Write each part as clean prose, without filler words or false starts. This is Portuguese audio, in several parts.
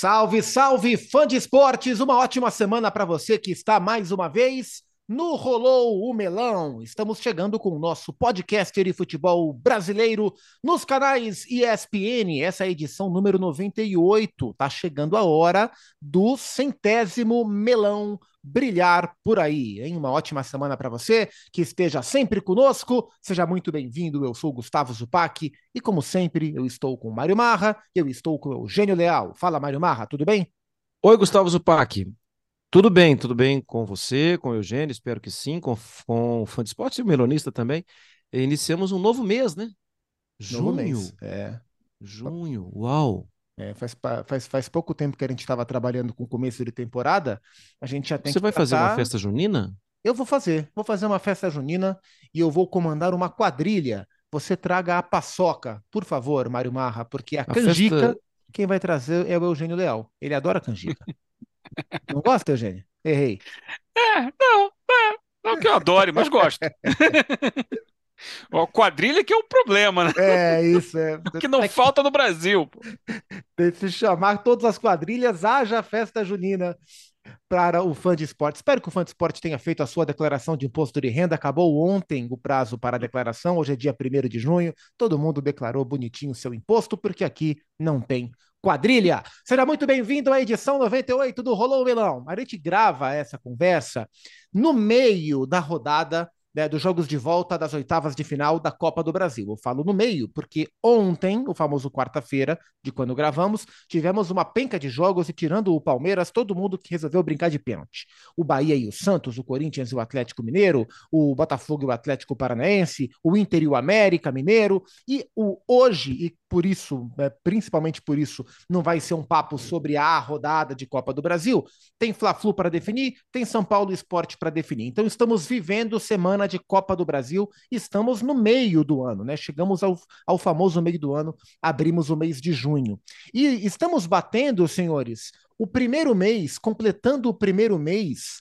Salve, salve, fã de esportes! Uma ótima semana para você que está mais uma vez no Rolou o Melão. Estamos chegando com o nosso podcast de futebol brasileiro nos canais ESPN. Essa é a edição número 98. Tá chegando a hora do centésimo melão brilhar por aí, hein? Uma ótima semana para você, que esteja sempre conosco. Seja muito bem-vindo. Eu sou o Gustavo Zupac e, como sempre, eu estou com o Mário Marra, eu estou com o Eugênio Leal. Fala, Mário Marra, tudo bem? Oi, Gustavo Zupac. Tudo bem com você, com o Eugênio, espero que sim, com o fã de esportes e o melonista também. Iniciamos um novo mês, né? Novo mês. Junho, junho, uau. Faz pouco tempo que a gente estava trabalhando com o começo de temporada, a gente já tem Você que vai fazer uma tratar. festa junina? Eu vou fazer uma festa junina e eu vou comandar uma quadrilha. Você traga a paçoca, por favor, Mário Marra, porque a A festa. canjica, quem vai trazer é o Eugênio Leal. Ele adora canjica. Não gosta, Eugênio? Errei. Não que eu adore, mas gosto. Ó, quadrilha que é o problema, né? É, isso, é. O que não falta no Brasil, pô. Se chamar todas as quadrilhas, haja festa junina para o fã de esporte. Espero que o fã de esporte tenha feito a sua declaração de imposto de renda. Acabou ontem o prazo para a declaração, hoje é dia 1º de junho. Todo mundo declarou bonitinho o seu imposto, porque aqui não tem quadrilha. Seja muito bem-vindo à edição 98 do Rolou o Melão. A gente grava essa conversa no meio da rodada, né, dos jogos de volta das oitavas de final da Copa do Brasil. Eu falo no meio, porque ontem, o famoso quarta-feira, de quando gravamos, tivemos uma penca de jogos e, tirando o Palmeiras, todo mundo que resolveu brincar de pênalti. O Bahia e o Santos, o Corinthians e o Atlético Mineiro, o Botafogo e o Atlético Paranaense, o Inter e o América Mineiro, e o hoje, e por isso, principalmente por isso, não vai ser um papo sobre a rodada de Copa do Brasil. Tem Fla-Flu para definir, tem São Paulo Esporte para definir. Então estamos vivendo semana de Copa do Brasil, estamos no meio do ano, né? Chegamos ao famoso meio do ano, abrimos o mês de junho. E estamos batendo, senhores, o primeiro mês, completando o primeiro mês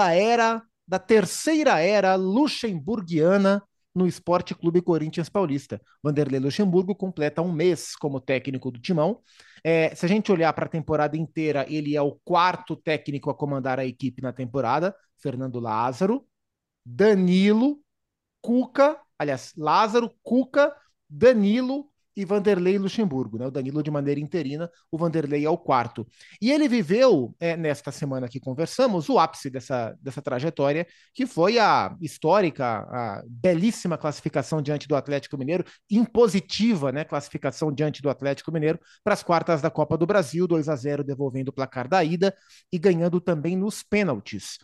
da terceira era luxemburguiana no Esporte Clube Corinthians Paulista. Vanderlei Luxemburgo completa um mês como técnico do Timão. Se a gente olhar para a temporada inteira, ele é o quarto técnico a comandar a equipe na temporada. Fernando Lázaro, Danilo, Cuca, aliás, Lázaro, Cuca, Danilo e Vanderlei Luxemburgo, né? O Danilo de maneira interina, o Vanderlei é o quarto. E ele viveu, nesta semana que conversamos, o ápice dessa trajetória, que foi a histórica, a belíssima classificação diante do Atlético Mineiro, impositiva, né? Classificação diante do Atlético Mineiro para as quartas da Copa do Brasil, 2-0, devolvendo o placar da ida e ganhando também nos pênaltis.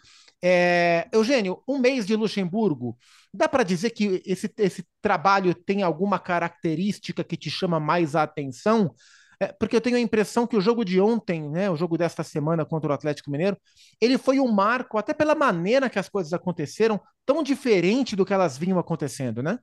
Eugênio, um mês de Luxemburgo, dá para dizer que esse trabalho tem alguma característica que te chama mais a atenção? Porque eu tenho a impressão que o jogo de ontem, né, o jogo desta semana contra o Atlético Mineiro, ele foi um marco, até pela maneira que as coisas aconteceram, tão diferente do que elas vinham acontecendo, né?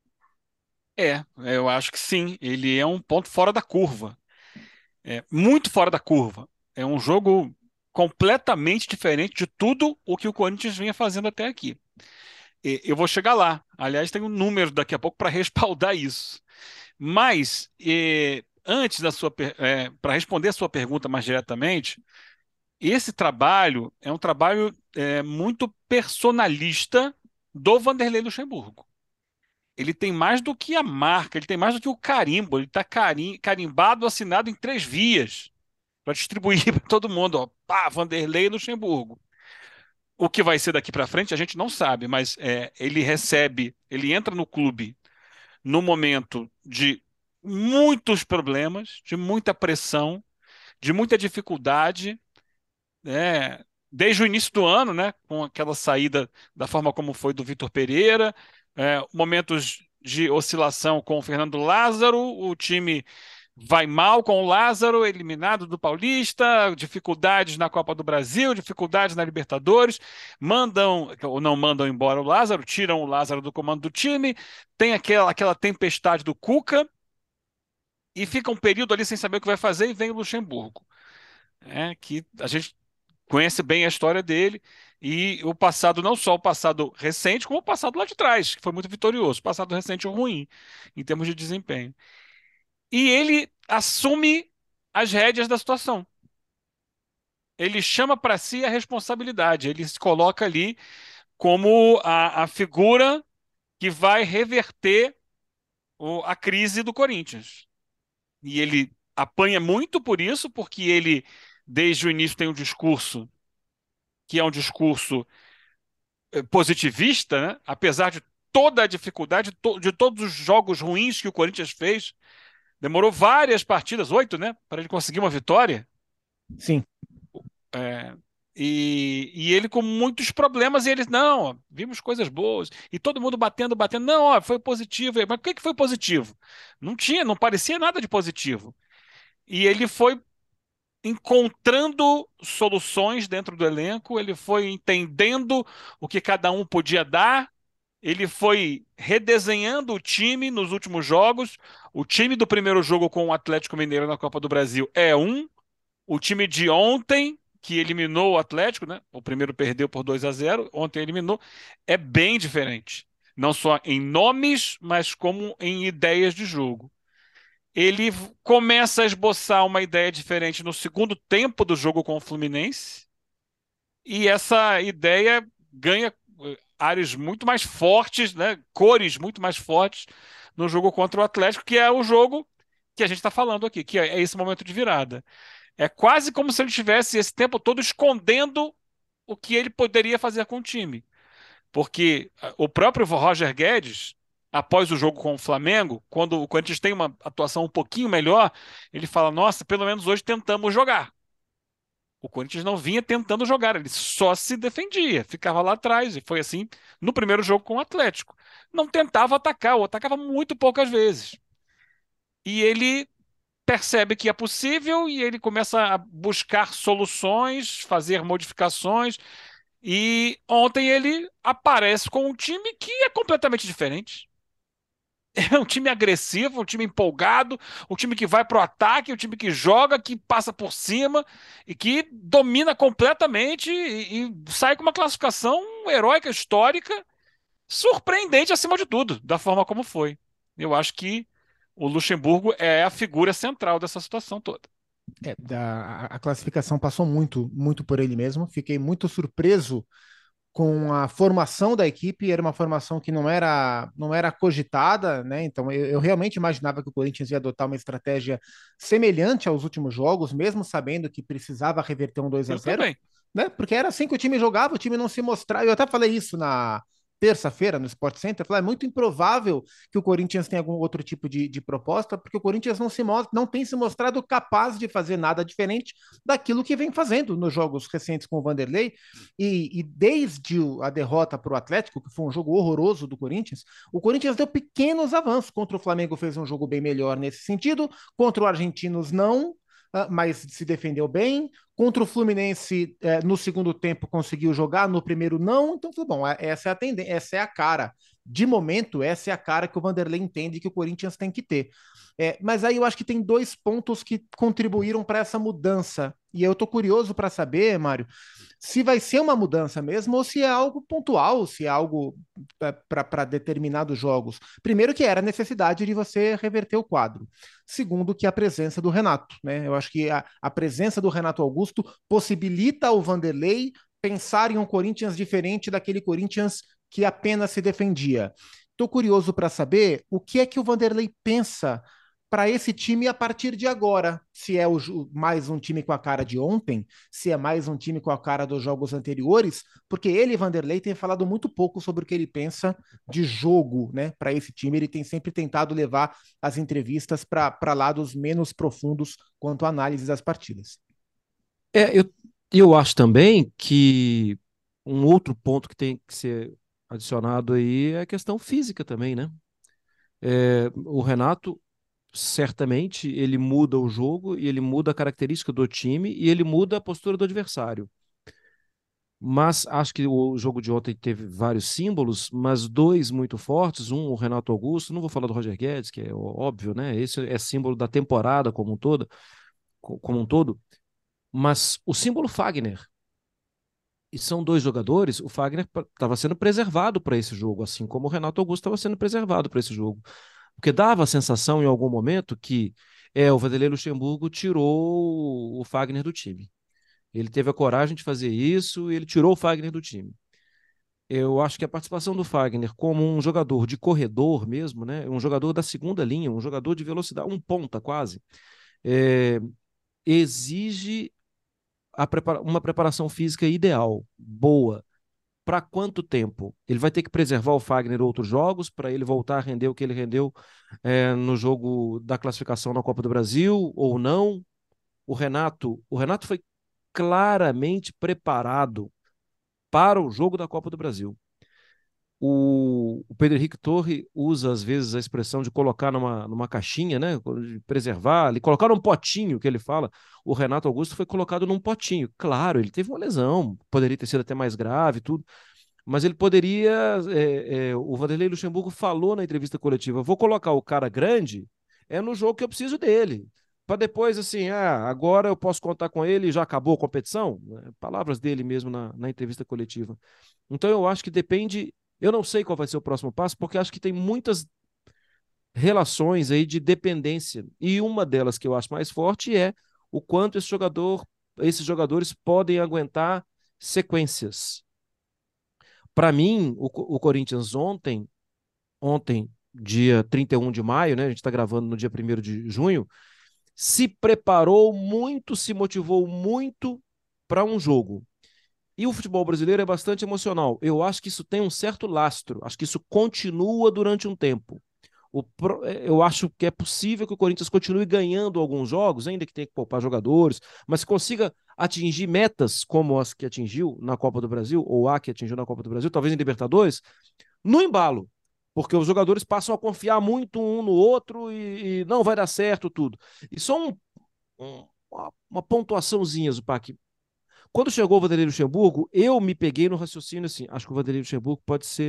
Eu acho que sim. Ele é um ponto fora da curva. É muito fora da curva. É um jogo completamente diferente de tudo o que o Corinthians vinha fazendo até aqui. Eu vou chegar lá. Aliás, tem um número daqui a pouco para respaldar isso. Mas, antes da para responder a sua pergunta mais diretamente, esse trabalho é um trabalho muito personalista do Vanderlei Luxemburgo. Ele tem mais do que a marca, ele tem mais do que o carimbo, ele está carimbado, assinado em 3 vias para distribuir para todo mundo. Ó, pá, Vanderlei Luxemburgo. O que vai ser daqui para frente a gente não sabe, mas ele recebe, ele entra no clube no momento de muitos problemas, de muita pressão, de muita dificuldade, né? Desde o início do ano, né, com aquela saída da forma como foi do Vitor Pereira, momentos de oscilação com o Fernando Lázaro, o time vai mal com o Lázaro, eliminado do Paulista, dificuldades na Copa do Brasil, dificuldades na Libertadores, mandam ou não mandam embora o Lázaro, tiram o Lázaro do comando do time, tem aquela tempestade do Cuca e fica um período ali sem saber o que vai fazer e vem o Luxemburgo, que a gente conhece bem a história dele e o passado, não só o passado recente, como o passado lá de trás, que foi muito vitorioso, o passado recente ruim em termos de desempenho. E ele assume as rédeas da situação. ele chama para si a responsabilidade, ele se coloca ali como a figura que vai reverter a crise do Corinthians. E ele apanha muito por isso, porque ele, desde o início, tem um discurso que é um discurso positivista, né? Apesar de toda a dificuldade, de todos os jogos ruins que o Corinthians fez, demorou várias partidas, 8, né, para ele conseguir uma vitória. Sim. É, e ele com muitos problemas, e eles, não, ó, vimos coisas boas, e todo mundo batendo, batendo, não, ó, foi positivo, mas por que que foi positivo? Não tinha, não parecia nada de positivo. E ele foi encontrando soluções dentro do elenco, ele foi entendendo o que cada um podia dar, ele foi redesenhando o time nos últimos jogos. O time do primeiro jogo com o Atlético Mineiro na Copa do Brasil é um. O time de ontem, que eliminou o Atlético, né? O primeiro perdeu por 2-0, ontem eliminou, é bem diferente. Não só em nomes, mas como em ideias de jogo. Ele começa a esboçar uma ideia diferente no segundo tempo do jogo com o Fluminense, e essa ideia ganha áreas muito mais fortes, né? Cores muito mais fortes no jogo contra o Atlético, que é o jogo que a gente está falando aqui, que é esse momento de virada. É quase como se ele estivesse esse tempo todo escondendo o que ele poderia fazer com o time. Porque o próprio Roger Guedes, após o jogo com o Flamengo, quando o Corinthians tem uma atuação um pouquinho melhor, ele fala: Nossa, pelo menos hoje tentamos jogar. O Corinthians não vinha tentando jogar, ele só se defendia, ficava lá atrás, e foi assim no primeiro jogo com o Atlético. Não tentava atacar, ou atacava muito poucas vezes. E ele percebe que é possível e ele começa a buscar soluções, fazer modificações. E ontem ele aparece com um time que é completamente diferente. É um time agressivo, um time empolgado, um time que vai pro ataque, um time que joga, que passa por cima e que domina completamente e sai com uma classificação heróica, histórica, surpreendente acima de tudo, da forma como foi. Eu acho que o Luxemburgo é a figura central dessa situação toda. A classificação passou muito, muito por ele mesmo. Fiquei muito surpreso com a formação da equipe. Era uma formação que não era cogitada, né? Então eu realmente imaginava que o Corinthians ia adotar uma estratégia semelhante aos últimos jogos, mesmo sabendo que precisava reverter um 2 a Eu zero, também. né? Porque era assim que o time jogava, o time não se mostrava. Eu até falei isso na terça-feira no Sport Center. Falei, é muito improvável que o Corinthians tenha algum outro tipo de proposta, porque o Corinthians não se mostra, não tem se mostrado capaz de fazer nada diferente daquilo que vem fazendo nos jogos recentes com o Vanderlei. E desde a derrota para o Atlético, que foi um jogo horroroso do Corinthians, o Corinthians deu pequenos avanços. Contra o Flamengo fez um jogo bem melhor nesse sentido, contra o Argentinos não, mas se defendeu bem. Contra o Fluminense, no segundo tempo conseguiu jogar, no primeiro não. Então, foi bom, essa é a tendência, essa é a cara. De momento, essa é a cara que o Vanderlei entende que o Corinthians tem que ter. Mas aí eu acho que tem dois pontos que contribuíram para essa mudança. E eu tô curioso para saber, Mário, se vai ser uma mudança mesmo ou se é algo pontual, se é algo para determinados jogos. Primeiro, que era a necessidade de você reverter o quadro. Segundo, que a presença do Renato, né? Eu acho que a presença do Renato Augusto possibilita ao Vanderlei pensar em um Corinthians diferente daquele Corinthians que apenas se defendia. Estou curioso para saber o que é que o Vanderlei pensa para esse time a partir de agora. Se é mais um time com a cara de ontem, se é mais um time com a cara dos jogos anteriores, porque ele, Vanderlei, tem falado muito pouco sobre o que ele pensa de jogo, né, para esse time. Ele tem sempre tentado levar as entrevistas para lados menos profundos quanto à análise das partidas. Eu acho também que um outro ponto que tem que ser adicionado aí é a questão física também, né? O Renato, certamente, ele muda o jogo e ele muda a característica do time e ele muda a postura do adversário. Mas acho que o jogo de ontem teve vários símbolos, mas dois muito fortes. Um, o Renato Augusto, não vou falar do Roger Guedes, que é óbvio, né? Esse é símbolo da temporada como um todo. Mas o símbolo Fagner, e são dois jogadores, o Fagner estava sendo preservado para esse jogo, assim como o Renato Augusto estava sendo preservado para esse jogo. Porque dava a sensação em algum momento que o Vanderlei Luxemburgo tirou o Fagner do time. Ele teve a coragem de fazer isso e ele tirou o Fagner do time. Eu acho que a participação do Fagner como um jogador de corredor mesmo, né, um jogador da segunda linha, um jogador de velocidade, um ponta quase, é, exige uma preparação física ideal, boa. Para quanto tempo? Ele vai ter que preservar o Fagner outros jogos para ele voltar a render o que ele rendeu no jogo da classificação na Copa do Brasil ou não? O Renato foi claramente preparado para o jogo da Copa do Brasil. O Pedro Henrique Torre usa, às vezes, a expressão de colocar numa caixinha, né? De preservar, ali, colocar num potinho, que ele fala. O Renato Augusto foi colocado num potinho. Claro, ele teve uma lesão, poderia ter sido até mais grave, tudo, mas ele poderia. O Vanderlei Luxemburgo falou na entrevista coletiva: vou colocar o cara grande no jogo que eu preciso dele. Para depois, assim, agora eu posso contar com ele e já acabou a competição? Palavras dele mesmo na entrevista coletiva. Então eu acho que depende. Eu não sei qual vai ser o próximo passo, porque acho que tem muitas relações aí de dependência. E uma delas que eu acho mais forte é o quanto esses jogadores podem aguentar sequências. Para mim, o Corinthians ontem, dia 31 de maio, né? A gente está gravando no dia 1º de junho, se preparou muito, se motivou muito para um jogo. E o futebol brasileiro é bastante emocional. Eu acho que isso tem um certo lastro. Acho que isso continua durante um tempo. Eu acho que é possível que o Corinthians continue ganhando alguns jogos, ainda que tenha que poupar jogadores, mas consiga atingir metas como as que atingiu na Copa do Brasil, ou a que atingiu na Copa do Brasil, talvez em Libertadores, no embalo. Porque os jogadores passam a confiar muito um no outro e não vai dar certo tudo. E só uma pontuaçãozinha, Zupac. Quando chegou o Vanderlei Luxemburgo, eu me peguei no raciocínio assim: acho que o Vanderlei Luxemburgo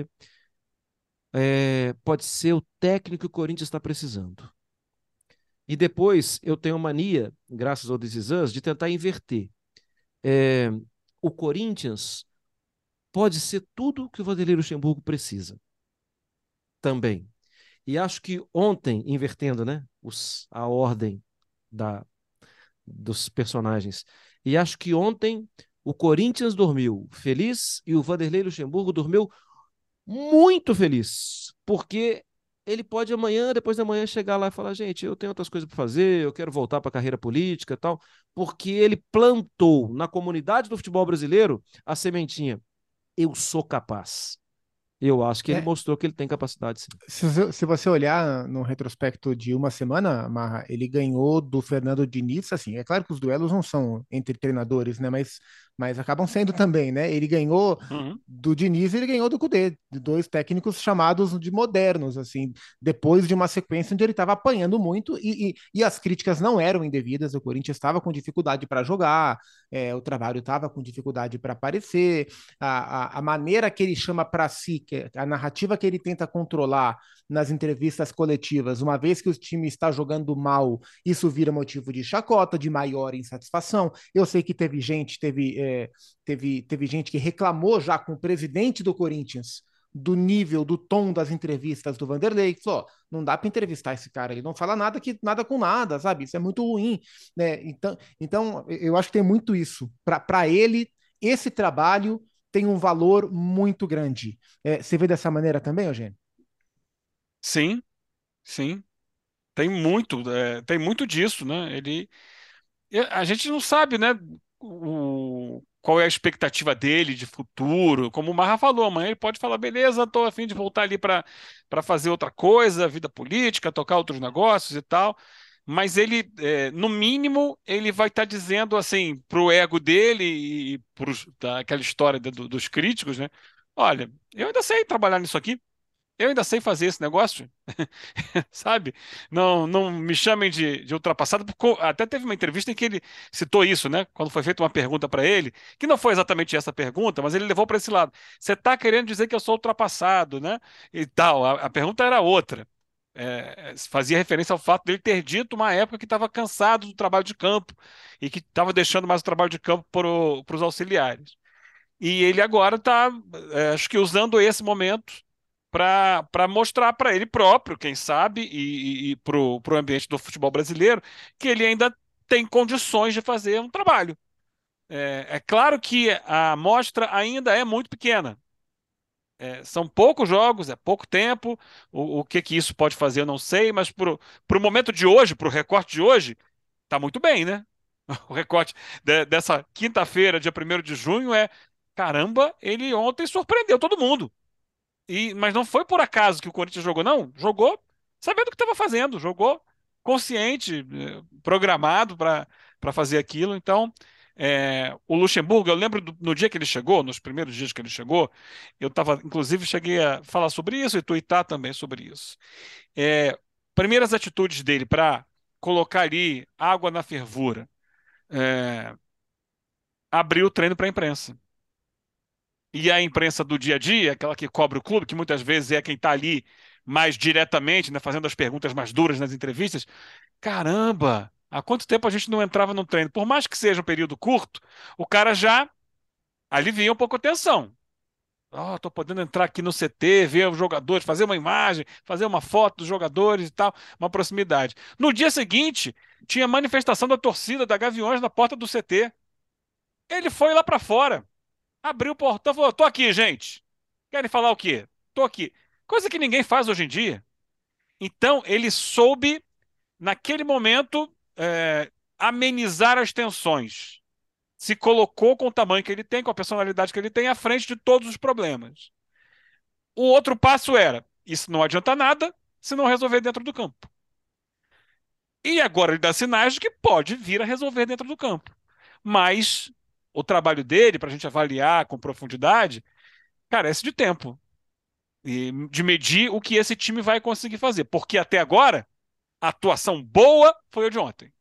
pode ser o técnico que o Corinthians está precisando. E depois eu tenho mania, graças ao This Is Us, de tentar inverter. É, o Corinthians pode ser tudo que o Vanderlei Luxemburgo precisa também. E acho que ontem, invertendo, né, a ordem da, dos personagens, e acho que ontem o Corinthians dormiu feliz e o Vanderlei Luxemburgo dormiu muito feliz, porque ele pode amanhã, depois da manhã, chegar lá e falar: gente, eu tenho outras coisas para fazer, eu quero voltar para a carreira política e tal, porque ele plantou na comunidade do futebol brasileiro a sementinha. Eu sou capaz. Eu acho que ele É, mostrou que ele tem capacidade, sim. se você olhar no retrospecto de uma semana, Marra, ele ganhou do Fernando Diniz, assim, é claro que os duelos não são entre treinadores, né, mas acabam sendo também, né, ele ganhou Uhum. do Diniz e ele ganhou do Cudê, de dois técnicos chamados de modernos, assim, depois de uma sequência onde ele estava apanhando muito e as críticas não eram indevidas, o Corinthians estava com dificuldade para jogar, o trabalho estava com dificuldade para aparecer, a maneira que ele chama para si, a narrativa que ele tenta controlar nas entrevistas coletivas, uma vez que o time está jogando mal, isso vira motivo de chacota, de maior insatisfação. Eu sei que teve gente que reclamou já com o presidente do Corinthians do nível, do tom das entrevistas do Vanderlei, que falou: não dá para entrevistar esse cara, ele não fala nada com nada, sabe? Isso é muito ruim, né? Então eu acho que tem muito isso. Para ele, esse trabalho tem um valor muito grande. Você vê dessa maneira também, Eugênio? Sim, sim. Tem muito disso, né? A gente não sabe, né? Qual é a expectativa dele de futuro. Como o Marra falou, amanhã ele pode falar: beleza, estou a fim de voltar ali para fazer outra coisa, vida política, tocar outros negócios e tal. Mas ele, no mínimo, ele vai estar dizendo assim pro ego dele e aquela história dos críticos, né? Olha, eu ainda sei trabalhar nisso aqui. Eu ainda sei fazer esse negócio, sabe? Não, não me chamem de ultrapassado, porque até teve uma entrevista em que ele citou isso, né? Quando foi feita uma pergunta para ele, que não foi exatamente essa pergunta, mas ele levou para esse lado. Você está querendo dizer que eu sou ultrapassado, né? E tal. A pergunta era outra. Fazia referência ao fato dele ter dito uma época que estava cansado do trabalho de campo e que estava deixando mais o trabalho de campo para os auxiliares. E ele agora está, acho que usando esse momento para mostrar para ele próprio, quem sabe, e para o ambiente do futebol brasileiro, que ele ainda tem condições de fazer um trabalho. É claro que a amostra ainda é muito pequena. São poucos jogos, é pouco tempo. O que que isso pode fazer, eu não sei, mas pro momento de hoje, pro recorte de hoje, tá muito bem, né? O recorte dessa quinta-feira, dia 1º de junho, caramba, ele ontem surpreendeu todo mundo. Mas não foi por acaso que o Corinthians jogou, não. Jogou sabendo o que estava fazendo, jogou consciente, programado para fazer aquilo. Então, o Luxemburgo, eu lembro no dia que ele chegou, nos primeiros dias que ele chegou, inclusive, cheguei a falar sobre isso e tuitar também sobre isso. Primeiras atitudes dele para colocar ali água na fervura, é, abrir o treino para a imprensa. E a imprensa do dia a dia, aquela que cobre o clube, que muitas vezes é quem está ali mais diretamente, né, fazendo as perguntas mais duras nas entrevistas. Caramba, há quanto tempo a gente não entrava no treino? Por mais que seja um período curto, o cara já alivia um pouco a tensão. Tô podendo entrar aqui no CT, ver os jogadores, fazer uma imagem, fazer uma foto dos jogadores e tal, uma proximidade. No dia seguinte, tinha manifestação da torcida da Gaviões na porta do CT. Ele foi lá para fora. Abriu o portão e falou: tô aqui, gente. Querem falar o quê? Tô aqui. Coisa que ninguém faz hoje em dia. Então, ele soube, naquele momento, amenizar as tensões. Se colocou com o tamanho que ele tem, com a personalidade que ele tem, à frente de todos os problemas. O outro passo era: isso não adianta nada se não resolver dentro do campo. E agora ele dá sinais de que pode vir a resolver dentro do campo. Mas o trabalho dele, para a gente avaliar com profundidade, carece de tempo. E de medir o que esse time vai conseguir fazer. Porque até agora, a atuação boa foi o de ontem.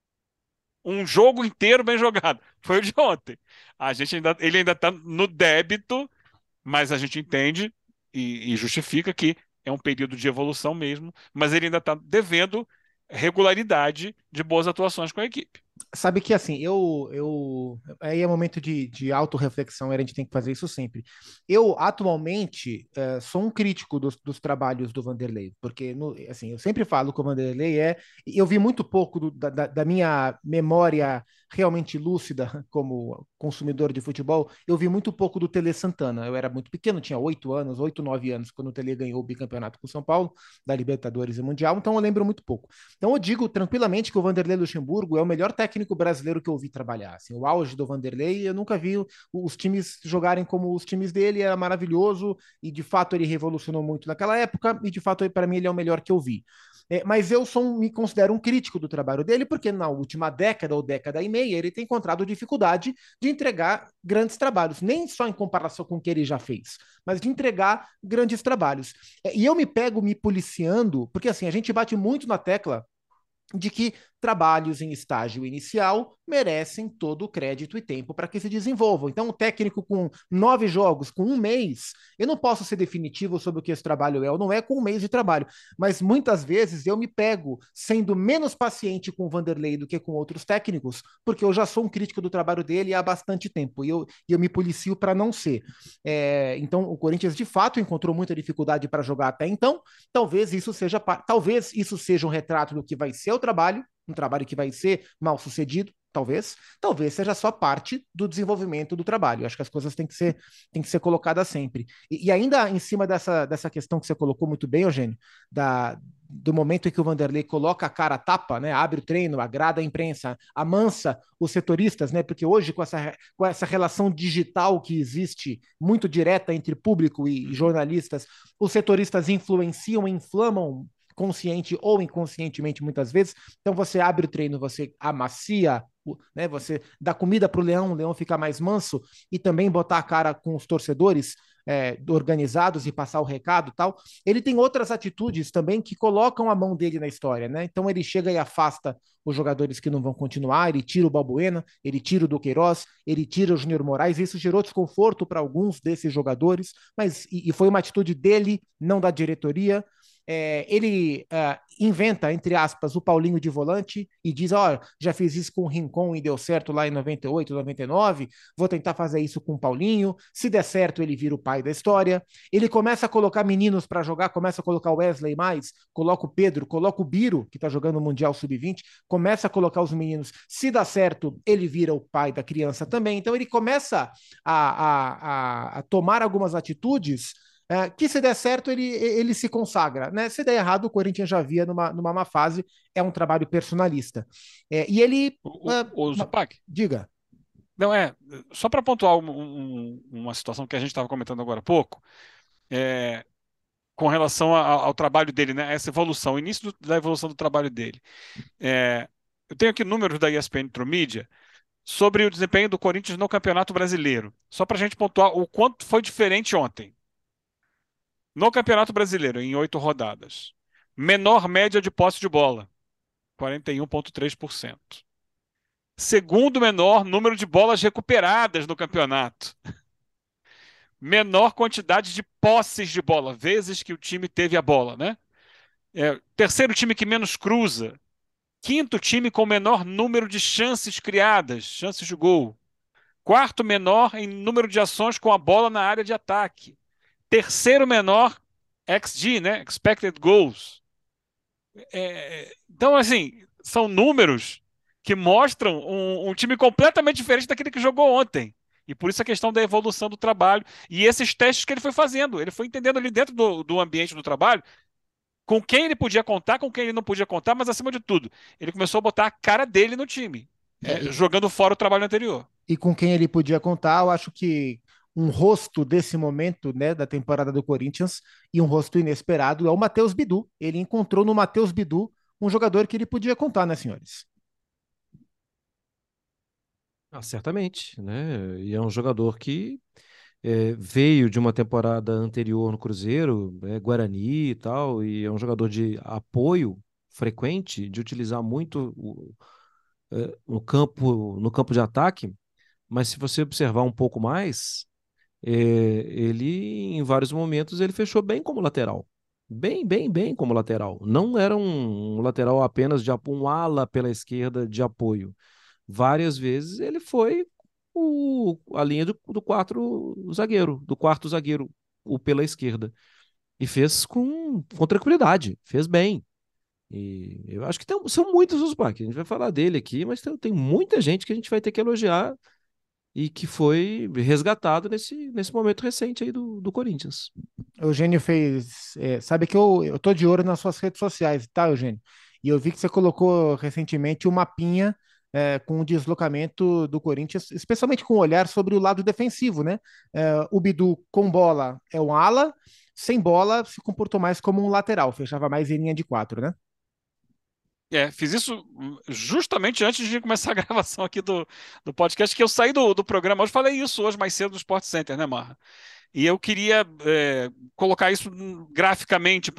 Um jogo inteiro bem jogado foi o de ontem. Ele ainda está no débito, mas a gente entende e justifica que é um período de evolução mesmo, mas ele ainda está devendo regularidade de boas atuações com a equipe. Sabe que assim, aí é momento de autorreflexão, a gente tem que fazer isso sempre. Eu, atualmente, sou um crítico dos trabalhos do Vanderlei, porque, assim, eu sempre falo que o Vanderlei eu vi muito pouco da minha memória realmente lúcida como consumidor de futebol, eu vi muito pouco do Tele Santana. Eu era muito pequeno, tinha 8 anos, 8, 9 anos, quando o Tele ganhou o bicampeonato com o São Paulo, da Libertadores e Mundial, então eu lembro muito pouco. Então eu digo tranquilamente que o Vanderlei Luxemburgo é o melhor técnico brasileiro que eu vi trabalhar. Assim, o auge do Vanderlei, eu nunca vi os times jogarem como os times dele, era maravilhoso e de fato ele revolucionou muito naquela época e de fato para mim ele é o melhor que eu vi. Mas me considero um crítico do trabalho dele, porque na última década ou década e meia ele tem encontrado dificuldade de entregar grandes trabalhos, nem só em comparação com o que ele já fez, mas de entregar grandes trabalhos. E eu me pego me policiando, porque assim, a gente bate muito na tecla de que trabalhos em estágio inicial merecem todo o crédito e tempo para que se desenvolvam. Então, o técnico com 9 jogos, com um mês, eu não posso ser definitivo sobre o que esse trabalho é ou não é com um mês de trabalho, mas muitas vezes eu me pego sendo menos paciente com o Vanderlei do que com outros técnicos, porque eu já sou um crítico do trabalho dele há bastante tempo e eu me policio para não ser. Então, o Corinthians de fato encontrou muita dificuldade para jogar até então. Talvez isso seja um retrato do que vai ser o trabalho, um trabalho que vai ser mal sucedido, talvez seja só parte do desenvolvimento do trabalho. Eu acho que as coisas têm que ser colocadas sempre. E ainda em cima dessa questão que você colocou muito bem, Eugênio, do momento em que o Vanderlei coloca a cara a tapa, né, abre o treino, agrada a imprensa, amansa os setoristas, né, porque hoje com essa relação digital que existe muito direta entre público e jornalistas, os setoristas influenciam, inflamam consciente ou inconscientemente muitas vezes. Então você abre o treino, você amacia, né? Você dá comida para o leão ficar mais manso e também botar a cara com os torcedores organizados e passar o recado tal. Ele tem outras atitudes também que colocam a mão dele na história, né? Então ele chega e afasta os jogadores que não vão continuar, ele tira o Balbuena, ele tira o Duqueiroz, ele tira o Júnior Moraes, isso gerou desconforto para alguns desses jogadores, mas foi uma atitude dele, não da diretoria. ele inventa, entre aspas, o Paulinho de volante e diz, ó, já fiz isso com o Rincon e deu certo lá em 98, 99, vou tentar fazer isso com o Paulinho, se der certo ele vira o pai da história. Ele começa a colocar meninos para jogar, começa a colocar o Wesley mais, coloca o Pedro, coloca o Biro, que está jogando o Mundial Sub-20, começa a colocar os meninos. Se dá certo, ele vira o pai da criança também. Então ele começa a tomar algumas atitudes que se der certo, ele se consagra. Né? Se der errado, o Corinthians já via numa má fase, é um trabalho personalista. E ele. O Zupac? Diga. Não, só para pontuar uma situação que a gente estava comentando agora há pouco, com relação ao trabalho dele, né? Essa evolução, o início da evolução do trabalho dele. Eu tenho aqui números da ESPN Intromídia sobre o desempenho do Corinthians no Campeonato Brasileiro, só para a gente pontuar o quanto foi diferente ontem. No Campeonato Brasileiro, em 8 rodadas, menor média de posse de bola, 41,3%. Segundo menor número de bolas recuperadas no campeonato. Menor quantidade de posses de bola, vezes que o time teve a bola, né? Terceiro time que menos cruza. Quinto time com menor número de chances criadas, chances de gol. Quarto menor em número de ações com a bola na área de ataque. Terceiro menor XG, né? Expected Goals. Então, assim, são números que mostram um time completamente diferente daquele que jogou ontem. E por isso a questão da evolução do trabalho e esses testes que ele foi fazendo. Ele foi entendendo ali dentro do ambiente do trabalho com quem ele podia contar, com quem ele não podia contar, mas acima de tudo, ele começou a botar a cara dele no time, jogando fora o trabalho anterior. E com quem ele podia contar, eu acho que um rosto desse momento, né, da temporada do Corinthians e um rosto inesperado é o Matheus Bidu. Ele encontrou no Matheus Bidu um jogador que ele podia contar, né, senhores? Certamente, né? E é um jogador que veio de uma temporada anterior no Cruzeiro, Guarani e tal, e é um jogador de apoio frequente, de utilizar muito no campo de ataque, mas se você observar um pouco mais, ele em vários momentos ele fechou bem como lateral. Bem, bem, bem como lateral. Não era um lateral apenas um ala pela esquerda de apoio. Várias vezes ele foi a linha do quarto zagueiro, o pela esquerda. E fez com tranquilidade, fez bem. E eu acho que são muitos os Pac. A gente vai falar dele aqui, mas tem muita gente que a gente vai ter que elogiar e que foi resgatado nesse momento recente aí do Corinthians. Eugênio fez. Sabe que eu tô de olho nas suas redes sociais, tá, Eugênio? E eu vi que você colocou recentemente um mapinha com o deslocamento do Corinthians, especialmente com o olhar sobre o lado defensivo, né? O Bidu com bola é um ala, sem bola se comportou mais como um lateral, fechava mais em linha de quatro, né? Fiz isso justamente antes de começar a gravação aqui do podcast, que eu saí do programa hoje, falei isso hoje mais cedo no Sport Center, né, Marra? E eu queria colocar isso graficamente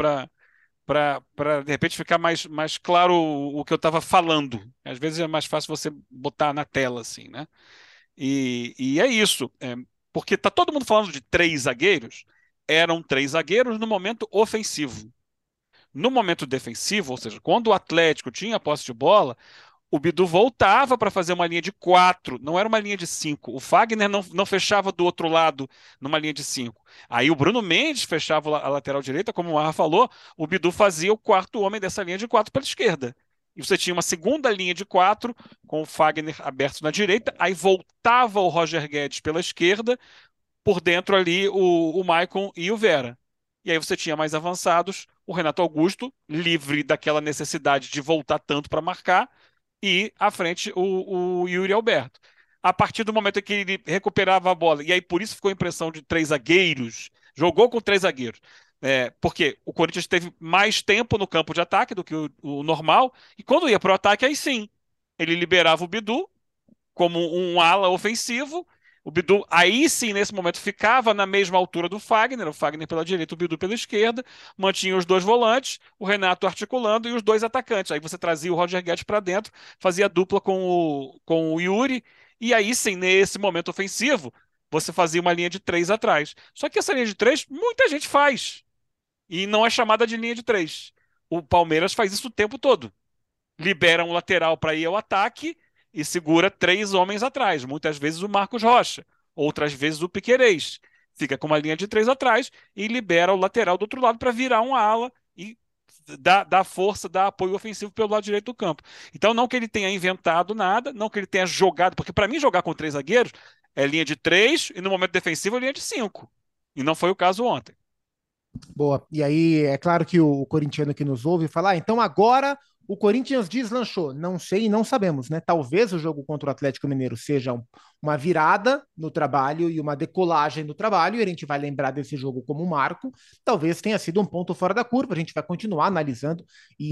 para de repente ficar mais claro o que eu estava falando. Às vezes é mais fácil você botar na tela assim, né? E é isso, porque tá todo mundo falando de 3 zagueiros, eram 3 zagueiros no momento ofensivo. No momento defensivo, ou seja, quando o Atlético tinha a posse de bola, o Bidu voltava para fazer uma linha de 4, não era uma linha de 5. O Fagner não fechava do outro lado numa linha de 5. Aí o Bruno Mendes fechava a lateral direita, como o Marra falou, o Bidu fazia o quarto homem dessa linha de 4 pela esquerda. E você tinha uma segunda linha de 4, com o Fagner aberto na direita, aí voltava o Roger Guedes pela esquerda, por dentro ali o Maicon e o Vera. E aí você tinha mais avançados, o Renato Augusto, livre daquela necessidade de voltar tanto para marcar, e à frente o Yuri Alberto. A partir do momento em que ele recuperava a bola, e aí por isso ficou a impressão de 3 zagueiros, jogou com 3 zagueiros. Porque o Corinthians teve mais tempo no campo de ataque do que o normal, e quando ia para o ataque, aí sim, ele liberava o Bidu como um ala ofensivo. O Bidu, aí sim, nesse momento, ficava na mesma altura do Fagner, o Fagner pela direita, o Bidu pela esquerda, mantinha os dois volantes, o Renato articulando e os dois atacantes. Aí você trazia o Roger Guedes para dentro, fazia dupla com o Yuri, e aí sim, nesse momento ofensivo, você fazia uma linha de 3 atrás. Só que essa linha de 3, muita gente faz. e não é chamada de linha de três. O Palmeiras faz isso o tempo todo. Libera um lateral para ir ao ataque e segura três homens atrás. Muitas vezes o Marcos Rocha, outras vezes o Piquerez. Fica com uma linha de três atrás e libera o lateral do outro lado para virar uma ala e dar força, dar apoio ofensivo pelo lado direito do campo. Então, não que ele tenha inventado nada, não que ele tenha jogado, porque para mim jogar com três zagueiros é linha de três e no momento defensivo é linha de cinco. E não foi o caso ontem. Boa. E aí, é claro que o corintiano que nos ouve fala, então agora o Corinthians deslanchou. Não sei e não sabemos, né? Talvez o jogo contra o Atlético Mineiro seja uma virada no trabalho e uma decolagem no trabalho, e a gente vai lembrar desse jogo como um marco. Talvez tenha sido um ponto fora da curva. A gente vai continuar analisando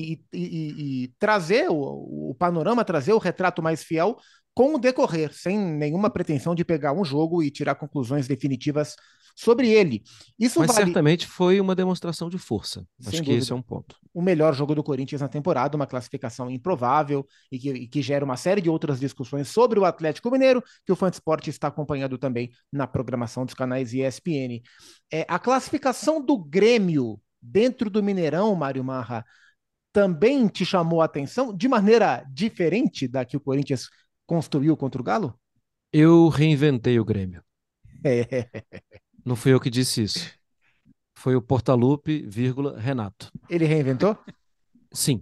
e trazer o panorama, trazer o retrato mais fiel com o decorrer, sem nenhuma pretensão de pegar um jogo e tirar conclusões definitivas sobre ele. Isso Mas vale, certamente foi uma demonstração de força. sem Acho que esse é dúvida, um ponto. o melhor jogo do Corinthians na temporada, uma classificação improvável e que gera uma série de outras discussões sobre o Atlético Mineiro, que o Fansport está acompanhando também na programação dos canais ESPN. A classificação do Grêmio dentro do Mineirão, Mário Marra, também te chamou a atenção de maneira diferente da que o Corinthians construiu contra o Galo? Eu reinventei o Grêmio. É, Não fui eu que disse isso. Foi o Portaluppi, vírgula, Renato. ele reinventou? Sim.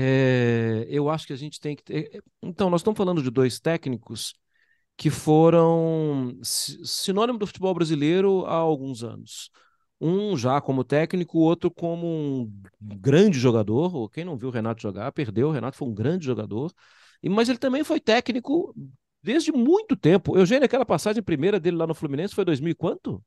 Eu acho que a gente tem que ter. Então, nós estamos falando de dois técnicos que foram sinônimo do futebol brasileiro há alguns anos. Um já como técnico, o outro como um grande jogador. Quem não viu o Renato jogar, perdeu. O Renato foi um grande jogador. Mas ele também foi técnico desde muito tempo. Eugênio, aquela passagem primeira dele lá no Fluminense foi 2000 e quanto?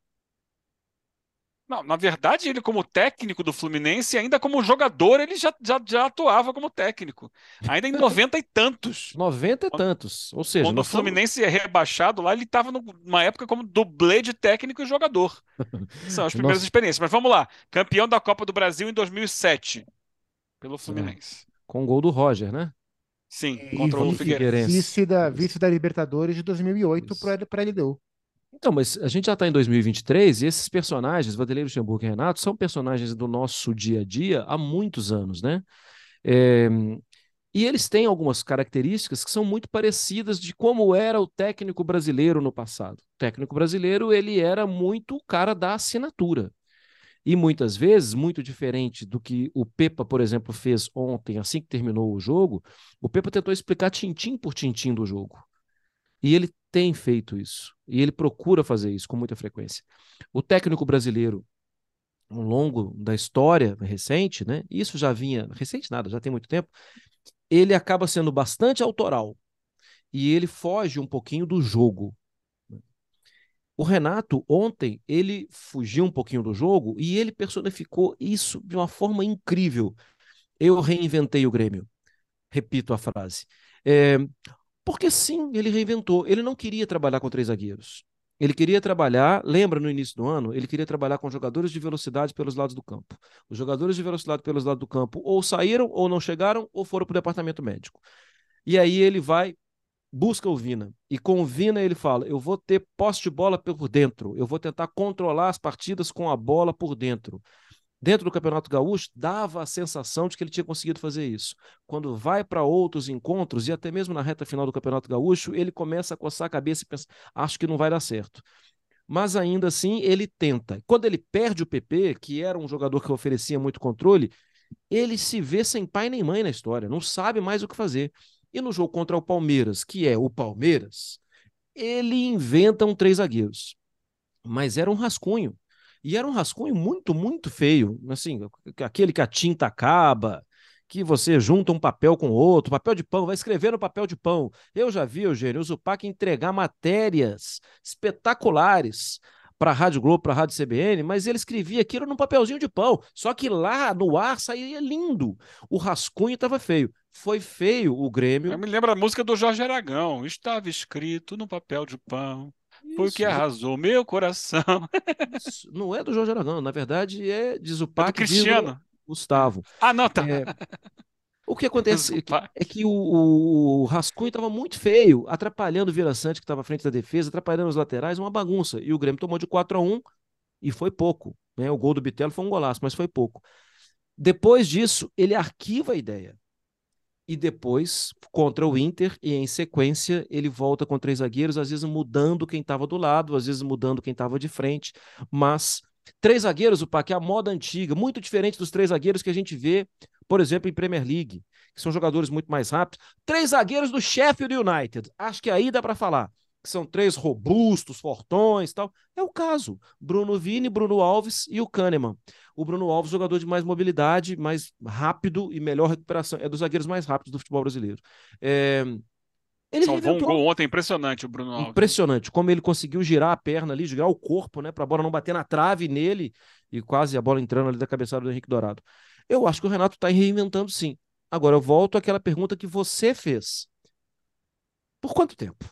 Não, na verdade, ele como técnico do Fluminense, ainda como jogador, ele já atuava como técnico. Ainda em 90 e tantos. 90 e tantos. Ou seja, Quando o nós estamos. Fluminense é rebaixado lá, ele estava numa época como dublê de técnico e jogador. São as primeiras nós experiências. Mas vamos lá. Campeão da Copa do Brasil em 2007, pelo é, Fluminense. com o gol do Roger, né? Sim, E contra o Figueirense. Figueirense. vice da Libertadores de 2008 Isso. para a LDU. Então, mas a gente já está em 2023 e esses personagens, Vanderlei Luxemburgo e Renato, são personagens do nosso dia a dia há muitos anos, né? É, e eles têm algumas características que são muito parecidas de como era o técnico brasileiro no passado. O técnico brasileiro, ele era muito o cara da assinatura. E muitas vezes, muito diferente do que o Pepa, por exemplo, fez ontem, assim que terminou o jogo, o Pepa tentou explicar tintim por tintim do jogo. E ele tem feito isso. E ele procura fazer isso com muita frequência. O técnico brasileiro, ao longo da história recente, né? Isso já vinha, recente nada, já tem muito tempo, ele acaba sendo bastante autoral. E ele foge um pouquinho do jogo. O Renato, ontem, ele fugiu um pouquinho do jogo e ele personificou isso de uma forma incrível. Eu reinventei o Grêmio. Repito a frase. É, Porque sim, ele reinventou. Ele não queria trabalhar com três zagueiros. Ele queria trabalhar, lembra no início do ano, ele queria trabalhar com jogadores de velocidade pelos lados do campo. Os jogadores de velocidade pelos lados do campo ou saíram, ou não chegaram, ou foram para o departamento médico. E aí ele vai, busca o Vina. E com o Vina ele fala: eu vou ter posse de bola por dentro, eu vou tentar controlar as partidas com a bola por dentro. Dentro do Campeonato Gaúcho, dava a sensação de que ele tinha conseguido fazer isso. Quando vai para outros encontros, e até mesmo na reta final do Campeonato Gaúcho, ele começa a coçar a cabeça e pensa: acho que não vai dar certo. Mas ainda assim, ele tenta. Quando ele perde o PP, que era um jogador que oferecia muito controle, ele se vê sem pai nem mãe na história, não sabe mais o que fazer. E no jogo contra o Palmeiras, que é o Palmeiras, ele inventa três zagueiros. Mas era um rascunho. E era um rascunho muito, muito feio. Assim, aquele que a tinta acaba, que você junta um papel com outro, papel de pão, vai escrever no papel de pão. Eu já vi, Eugênio, o Zupac entregar matérias espetaculares para a Rádio Globo, para a Rádio CBN, mas ele escrevia aquilo num papelzinho de pão. Só que lá no ar saía lindo. O rascunho estava feio. Foi feio o Eu Grêmio. me lembro a música do Jorge Aragão. Estava escrito no papel de pão. Foi o que Isso, arrasou meu coração. isso. Não é do Jorge Aragão, na verdade é de É do Zupac, vírgula, Cristiano. É. Gustavo. Ah, não, tá. É, o que acontece Zupac. é que o Rascunho estava muito feio, atrapalhando o Vila Sante, que estava à frente da defesa, atrapalhando os laterais, uma bagunça. E o Grêmio tomou de 4-1 e foi pouco. né? O gol do Bitelo foi um golaço, mas foi pouco. Depois disso, ele arquiva a ideia. E depois, contra o Inter, e em sequência, ele volta com 3 zagueiros, às vezes mudando quem estava do lado, às vezes mudando quem estava de frente, mas 3 zagueiros, o Pac, é a moda antiga, muito diferente dos 3 zagueiros que a gente vê, por exemplo, em Premier League, que são jogadores muito mais rápidos. 3 zagueiros do Sheffield United, acho que aí dá para falar, que são 3 robustos, fortões e tal. É o caso, Bruno Vini, Bruno Alves e o Kahneman. O Bruno Alves, jogador de mais mobilidade, mais rápido e melhor recuperação. É dos zagueiros mais rápidos do futebol brasileiro. É, ele Salvou um reinventou. gol ontem impressionante, o Bruno Alves. Impressionante como ele conseguiu girar a perna ali, girar o corpo, né, para a bola não bater na trave nele e quase a bola entrando ali da cabeçada do Henrique Dourado. Eu acho que o Renato está reinventando, sim. Agora eu volto àquela pergunta que você fez. Por quanto tempo?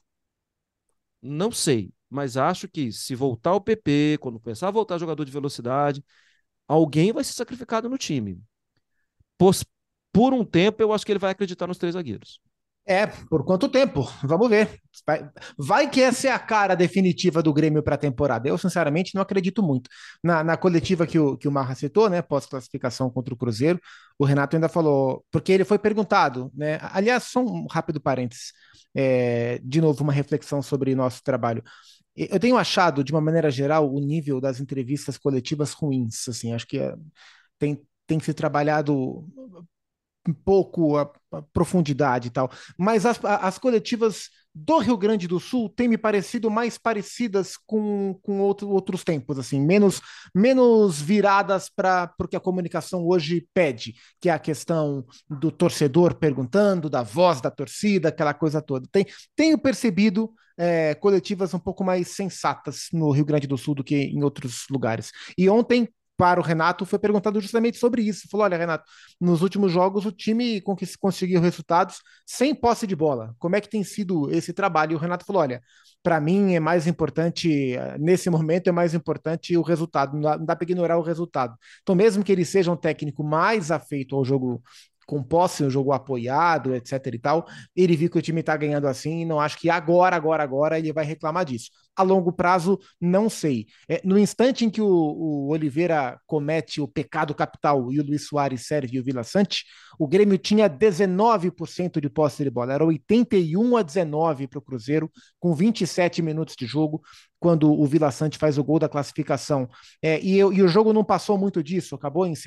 Não sei, mas acho que se voltar o PP, quando começar a voltar jogador de velocidade, alguém vai ser sacrificado no time. Por, por um tempo, eu acho que ele vai acreditar nos 3 zagueiros. Por quanto tempo? Vamos ver. Vai que essa é a cara definitiva do Grêmio para a temporada. Eu, sinceramente, não acredito muito. Na coletiva que o Marra citou, né, pós-classificação contra o Cruzeiro, o Renato ainda falou, porque ele foi perguntado, né? Aliás, só um rápido parênteses. De novo, uma reflexão sobre nosso trabalho. Eu tenho achado, de uma maneira geral, o nível das entrevistas coletivas ruins. Assim, acho que tem se trabalhado um pouco a profundidade e tal, mas as coletivas do Rio Grande do Sul têm me parecido mais parecidas com outros tempos, assim, menos viradas para o que a comunicação hoje pede, que é a questão do torcedor perguntando, da voz da torcida, aquela coisa toda. Tenho percebido coletivas um pouco mais sensatas no Rio Grande do Sul do que em outros lugares. E ontem, para o Renato, foi perguntado justamente sobre isso. Falou: olha, Renato, nos últimos jogos o time conseguiu resultados sem posse de bola. Como é que tem sido esse trabalho? E o Renato falou: olha, para mim é mais importante, nesse momento é mais importante o resultado, não dá para ignorar o resultado. Então, mesmo que ele seja um técnico mais afeito ao jogo com posse, um jogo apoiado, etc e tal, ele viu que o time está ganhando assim e não acho que agora ele vai reclamar disso. A longo prazo, não sei. No instante em que o Oliveira comete o pecado capital e o Luiz Soares serve o Vila Sante, o Grêmio tinha 19% de posse de bola, era 81-19 para o Cruzeiro, com 27 minutos de jogo, quando o Vila Sante faz o gol da classificação. E o jogo não passou muito disso, acabou em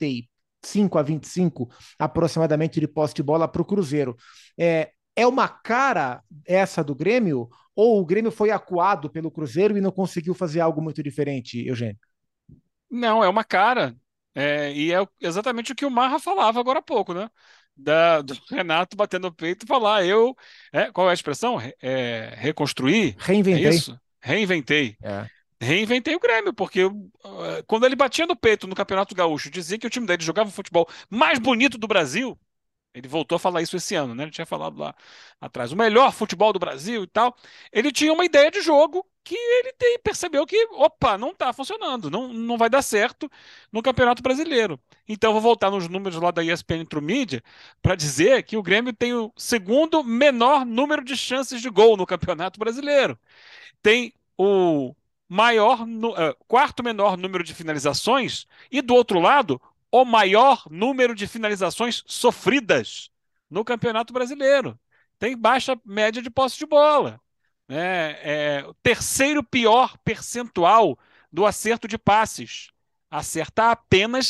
75-25 aproximadamente de posse de bola para o Cruzeiro. É uma cara essa do Grêmio, ou o Grêmio foi acuado pelo Cruzeiro e não conseguiu fazer algo muito diferente, Eugênio? Não, é uma cara. E é exatamente o que o Marra falava agora há pouco, né? Do Renato batendo o peito e falar, qual é a expressão? Reconstruir? É Reinventei. isso? Reinventei. É. Reinventei o Grêmio, porque quando ele batia no peito no Campeonato Gaúcho, dizia que o time dele jogava o futebol mais bonito do Brasil. Ele voltou a falar isso esse ano, né? Ele tinha falado lá atrás, o melhor futebol do Brasil e tal. Ele tinha uma ideia de jogo que ele percebeu que, opa, não está funcionando, não vai dar certo no Campeonato Brasileiro. Então, vou voltar nos números lá da ESPN True Media para dizer que o Grêmio tem o segundo menor número de chances de gol no Campeonato Brasileiro. Tem o quarto menor número de finalizações e, do outro lado, o maior número de finalizações sofridas no Campeonato Brasileiro. Tem baixa média de posse de bola. O terceiro pior percentual do acerto de passes. Acerta apenas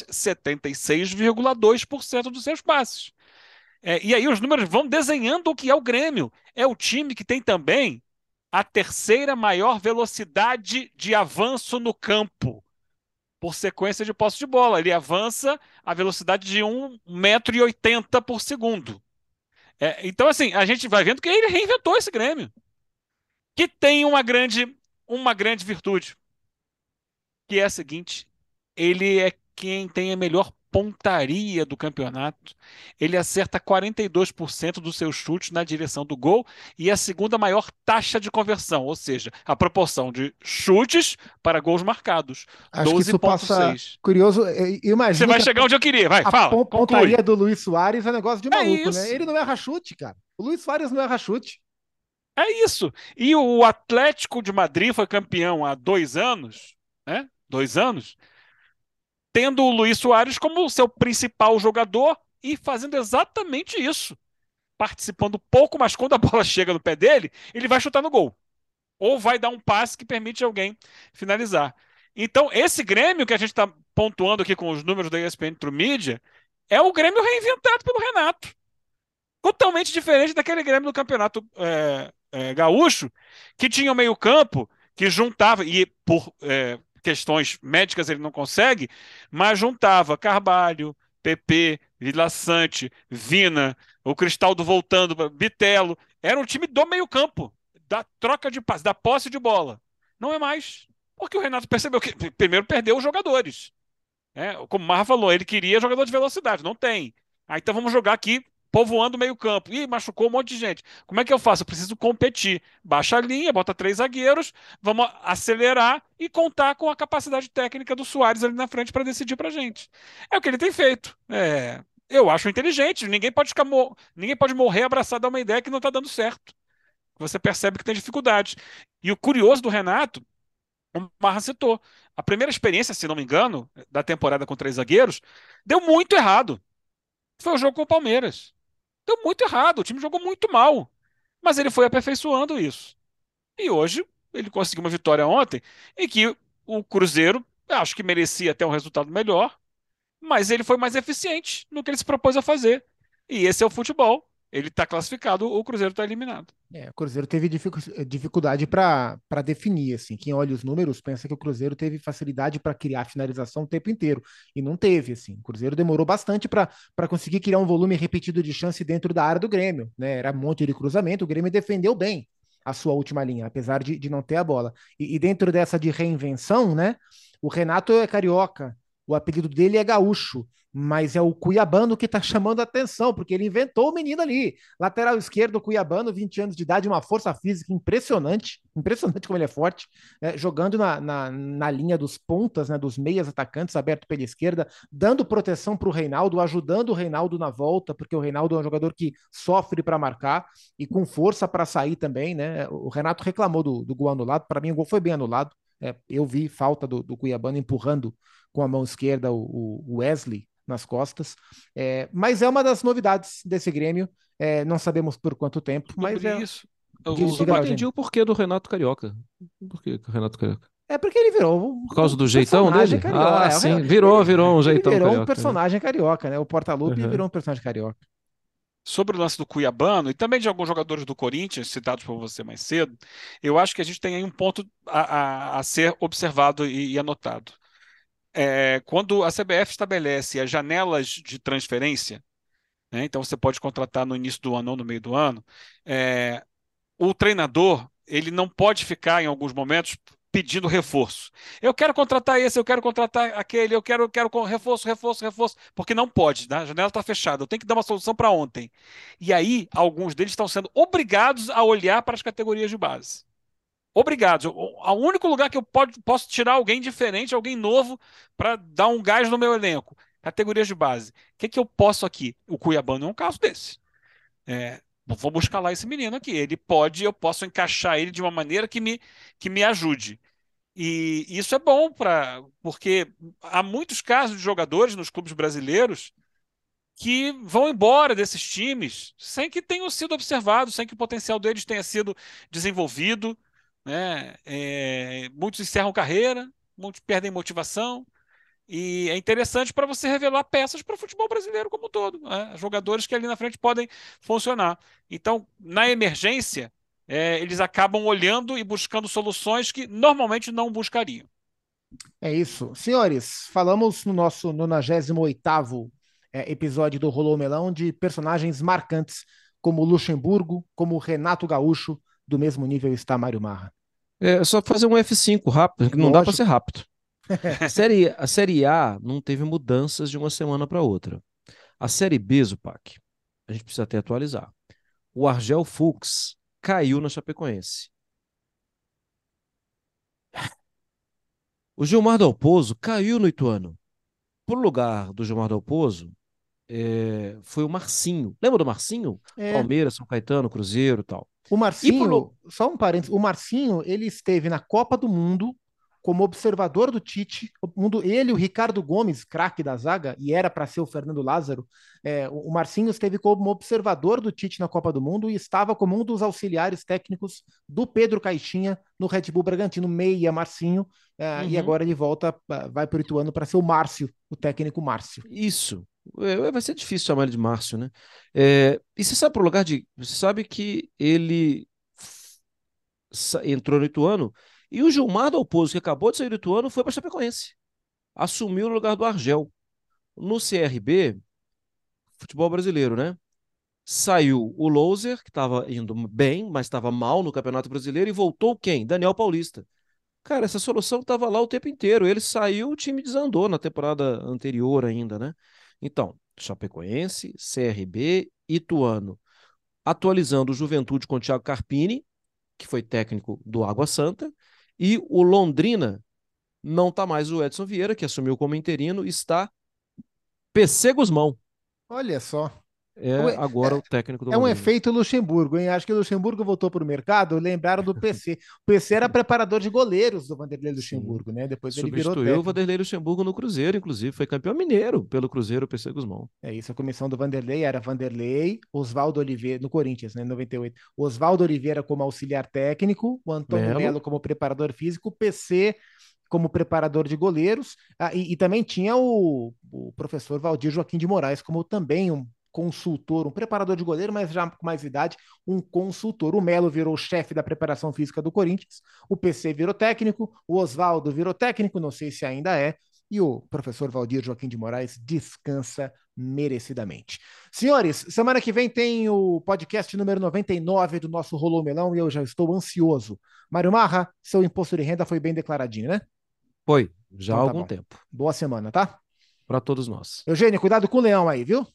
76,2% dos seus passes. E aí os números vão desenhando o que é o Grêmio. É o time que tem também a terceira maior velocidade de avanço no campo, por sequência de posse de bola. Ele avança a velocidade de 1,80 m por segundo. Então, assim, a gente vai vendo que ele reinventou esse Grêmio, que tem uma grande virtude, que é a seguinte: ele é quem tem a melhor pontaria do campeonato. Ele acerta 42% dos seus chutes na direção do gol e a segunda maior taxa de conversão, ou seja, a proporção de chutes para gols marcados, Acho que isso passa 12,6. curioso. Você Imagino vai que chegar onde eu queria, vai, a fala, pontaria conclui. do Luiz Soares é um negócio de É maluco, né? isso, Ele não erra chute, cara. O Luiz Soares não erra chute. é isso. E o Atlético de Madrid foi campeão há 2 anos, né? 2 anos, tendo o Luís Soares como seu principal jogador e fazendo exatamente isso. Participando pouco, mas quando a bola chega no pé dele, ele vai chutar no gol. Ou vai dar um passe que permite alguém finalizar. Então, esse Grêmio que a gente está pontuando aqui com os números da ESPN True Media é o Grêmio reinventado pelo Renato. Totalmente diferente daquele Grêmio do Campeonato Gaúcho, que tinha o meio-campo, que juntava, e por questões médicas ele não consegue, mas juntava Carvalho, PP, Vila Sante, Vina, o Cristaldo voltando, Bitelo. Era um time do meio-campo, da troca de passe, da posse de bola. Não é mais. Porque o Renato percebeu que, primeiro, perdeu os jogadores. Como o Marra falou, ele queria jogador de velocidade, não tem. Então vamos jogar aqui povoando o meio-campo. Ih, machucou um monte de gente. Como é que eu faço? Eu preciso competir. Baixa a linha, bota 3 zagueiros, vamos acelerar e contar com a capacidade técnica do Soares ali na frente para decidir pra gente. É o que ele tem feito. Eu acho inteligente. Ninguém pode morrer abraçado a uma ideia que não está dando certo. Você percebe que tem dificuldade. E o curioso do Renato, o Marra citou, a primeira experiência, se não me engano, da temporada com 3 zagueiros, deu muito errado. Foi o jogo com o Palmeiras. Deu muito errado, o time jogou muito mal. Mas ele foi aperfeiçoando isso. E hoje ele conseguiu uma vitória ontem em que o Cruzeiro, acho que merecia até um resultado melhor, mas ele foi mais eficiente no que ele se propôs a fazer. E esse é o futebol. Ele está classificado, o Cruzeiro está eliminado. O Cruzeiro teve dificuldade para definir, assim. Quem olha os números pensa que o Cruzeiro teve facilidade para criar finalização o tempo inteiro e não teve, assim. O Cruzeiro demorou bastante para conseguir criar um volume repetido de chance dentro da área do Grêmio, né? Era um monte de cruzamento, o Grêmio defendeu bem a sua última linha, apesar de não ter a bola. E dentro dessa de reinvenção, né? O Renato é carioca, o apelido dele é gaúcho, mas é o cuiabano que está chamando a atenção, porque ele inventou o menino ali. Lateral esquerdo, cuiabano, 20 anos de idade, uma força física impressionante, impressionante como ele é forte, jogando na linha dos pontas, né, dos meias atacantes, aberto pela esquerda, dando proteção para o Reinaldo, ajudando o Reinaldo na volta, porque o Reinaldo é um jogador que sofre para marcar e com força para sair também, né? O Renato reclamou do gol anulado, para mim o gol foi bem anulado. Eu vi falta do Cuiabano empurrando com a mão esquerda o Wesley nas costas. Mas é uma das novidades desse Grêmio. Não sabemos por quanto tempo, mas Sobre isso, eu só não entendi o porquê do Renato Carioca. Por que o Renato Carioca? É porque ele virou Por causa do jeitão personagem dele? carioca. Sim, virou um jeitão ele virou carioca, um personagem carioca, né? O Portaluppi Uhum. virou um personagem carioca. sobre o lance do Cuiabano e também de alguns jogadores do Corinthians, citados por você mais cedo, eu acho que a gente tem aí um ponto a ser observado e anotado. Quando a CBF estabelece as janelas de transferência, né, então você pode contratar no início do ano ou no meio do ano, o treinador ele não pode ficar em alguns momentos pedindo reforço. Eu quero contratar esse, eu quero contratar aquele, eu quero reforço, reforço, reforço, porque não pode, né? A janela está fechada, eu tenho que dar uma solução para ontem. E aí, alguns deles estão sendo obrigados a olhar para as categorias de base. Obrigados. O único lugar que eu posso tirar alguém diferente, alguém novo, para dar um gás no meu elenco. Categorias de base. O que eu posso aqui? O Cuiabano é um caso desse. Vou buscar lá esse menino aqui. Eu posso encaixar ele de uma maneira que me ajude. E isso é bom porque há muitos casos de jogadores nos clubes brasileiros que vão embora desses times sem que tenham sido observados, sem que o potencial deles tenha sido desenvolvido, né? Muitos encerram carreira, muitos perdem motivação. E é interessante para você revelar peças para o futebol brasileiro como um todo, né? Jogadores que ali na frente podem funcionar. Então, na emergência, eles acabam olhando e buscando soluções que normalmente não buscariam. É isso. Senhores, falamos no nosso 98º episódio do Rolô Melão de personagens marcantes como Luxemburgo, como Renato Gaúcho, do mesmo nível está Mário Marra. É só fazer um F5 rápido, que não dá para ser Lógico. rápido. A série A não teve mudanças de uma semana para outra. A série B, Zupac, a gente precisa até atualizar. O Argel Fux caiu na Chapecoense. O Gilmar Dalpozo caiu no Ituano. Por lugar do Gilmar Dalpozo, foi o Marcinho. Lembra do Marcinho? É, Palmeiras, São Caetano, Cruzeiro e tal. o E por, Marcinho, só um parênteses, o Marcinho, ele esteve na Copa do Mundo como observador do Tite, ele e o Ricardo Gomes, craque da zaga, e era para ser o Fernando Lázaro, o Marcinho esteve como observador do Tite na Copa do Mundo e estava como um dos auxiliares técnicos do Pedro Caixinha no Red Bull Bragantino, meia Marcinho, e agora ele volta, vai para o Ituano para ser o Márcio, o técnico Márcio. Isso. Vai ser difícil chamar ele de Márcio, né? E você sabe pro lugar de. Você sabe que ele entrou no Ituano e o Gilmar Dalpozo, que acabou de sair do Ituano, foi para Chapecoense. Assumiu o lugar do Argel. No CRB, futebol brasileiro, né? Saiu o Louser, que estava indo bem, mas estava mal no Campeonato Brasileiro, e voltou quem? Daniel Paulista. Cara, essa solução estava lá o tempo inteiro. Ele saiu, o time desandou na temporada anterior ainda, né? Então, Chapecoense, CRB, Ituano. Atualizando o Juventude com o Thiago Carpini, que foi técnico do Água Santa, e o Londrina não está mais o Edson Vieira, que assumiu como interino, está PC Guzmão. Olha só. É agora o técnico do É um Londrina. efeito Luxemburgo, hein? Acho que o Luxemburgo voltou para o mercado, lembraram do PC. O PC era preparador de goleiros do Vanderlei Sim. Luxemburgo, né? Depois ele virou Substituiu o técnico. Vanderlei Luxemburgo no Cruzeiro, inclusive. Foi campeão mineiro pelo Cruzeiro, PC Guzmão. É isso, a comissão do Vanderlei era Vanderlei, Oswaldo Oliveira, no Corinthians, né, em 98. Oswaldo Oliveira como auxiliar técnico, o Antônio Melo. Melo como preparador físico, o PC como preparador de goleiros, e também tinha o professor Valdir Joaquim de Moraes como também um consultor, um preparador de goleiro, mas já com mais idade, um consultor. O Melo virou chefe da preparação física do Corinthians, o PC virou técnico, o Oswaldo virou técnico, não sei se ainda é, e o professor Valdir Joaquim de Moraes descansa merecidamente. Senhores, semana que vem tem o podcast número 99 do nosso Rolô Melão e eu já estou ansioso. Mário Marra, seu imposto de renda foi bem declaradinho, né? Foi, já há Então tá algum bom. tempo. Boa semana, tá? Para todos nós. Eugênio, cuidado com o leão aí, viu?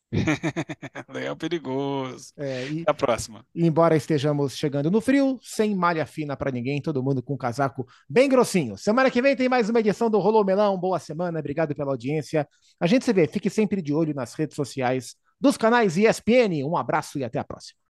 Leão perigoso. E Até a próxima. embora estejamos chegando no frio, sem malha fina para ninguém, todo mundo com casaco bem grossinho. Semana que vem tem mais uma edição do Rolô Melão. Boa semana, obrigado pela audiência. A gente se vê, fique sempre de olho nas redes sociais dos canais ESPN. Um abraço e até a próxima.